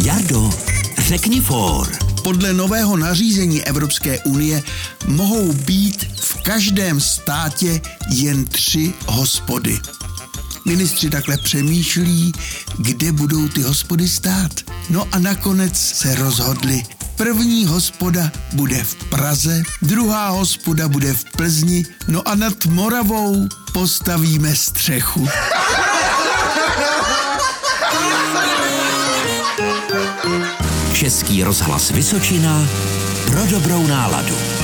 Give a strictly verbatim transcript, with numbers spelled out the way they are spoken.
Jardo, řekni for. Podle nového nařízení Evropské unie mohou být v každém státě jen tři hospody. Ministři takhle přemýšlí, kde budou ty hospody stát. No a nakonec se rozhodli. První hospoda bude v Praze, druhá hospoda bude v Plzni, no a nad Moravou postavíme střechu. Český rozhlas Vysočina pro dobrou náladu.